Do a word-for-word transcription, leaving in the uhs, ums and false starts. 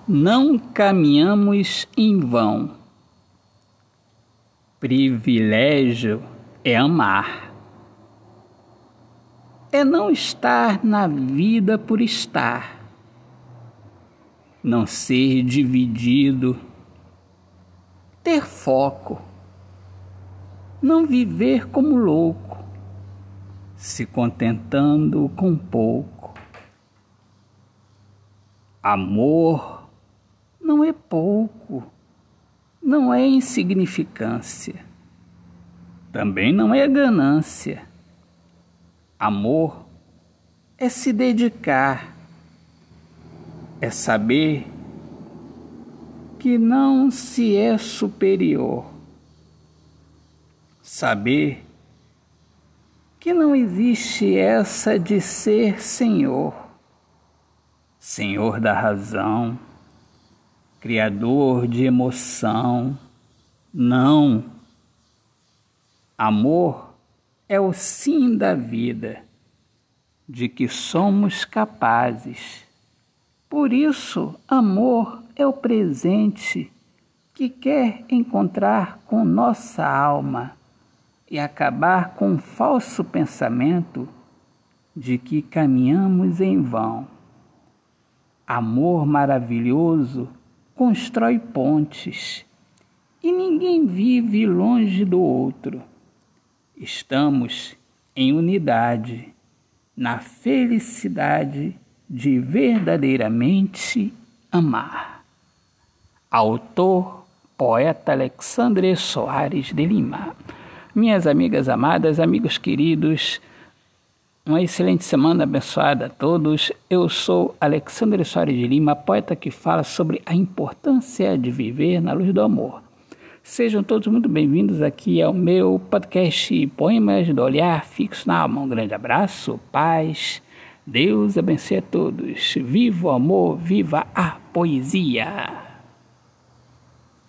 não caminhamos em vão. Privilégio é amar. É não estar na vida por estar. Não ser dividido. Ter foco. Não viver como louco, se contentando com pouco. Amor não é pouco, não é insignificância, também não é ganância. Amor é se dedicar, é saber que não se é superior, saber que não existe essa de ser senhor, senhor da razão, criador de emoção. Não. Amor é o sim da vida, de que somos capazes. Por isso, amor é o presente que quer encontrar com nossa alma e acabar com o falso pensamento de que caminhamos em vão. Amor maravilhoso constrói pontes e ninguém vive longe do outro. Estamos em unidade, na felicidade de verdadeiramente amar. Autor, poeta Alexandre Soares de Lima. Minhas amigas amadas, amigos queridos, uma excelente semana abençoada a todos. Eu sou Alexandre Soares de Lima, poeta que fala sobre a importância de viver na luz do amor. Sejam todos muito bem-vindos aqui ao meu podcast Poemas do Olhar Fixo na Alma. Um grande abraço, paz, Deus abençoe a todos. Viva o amor, viva a poesia!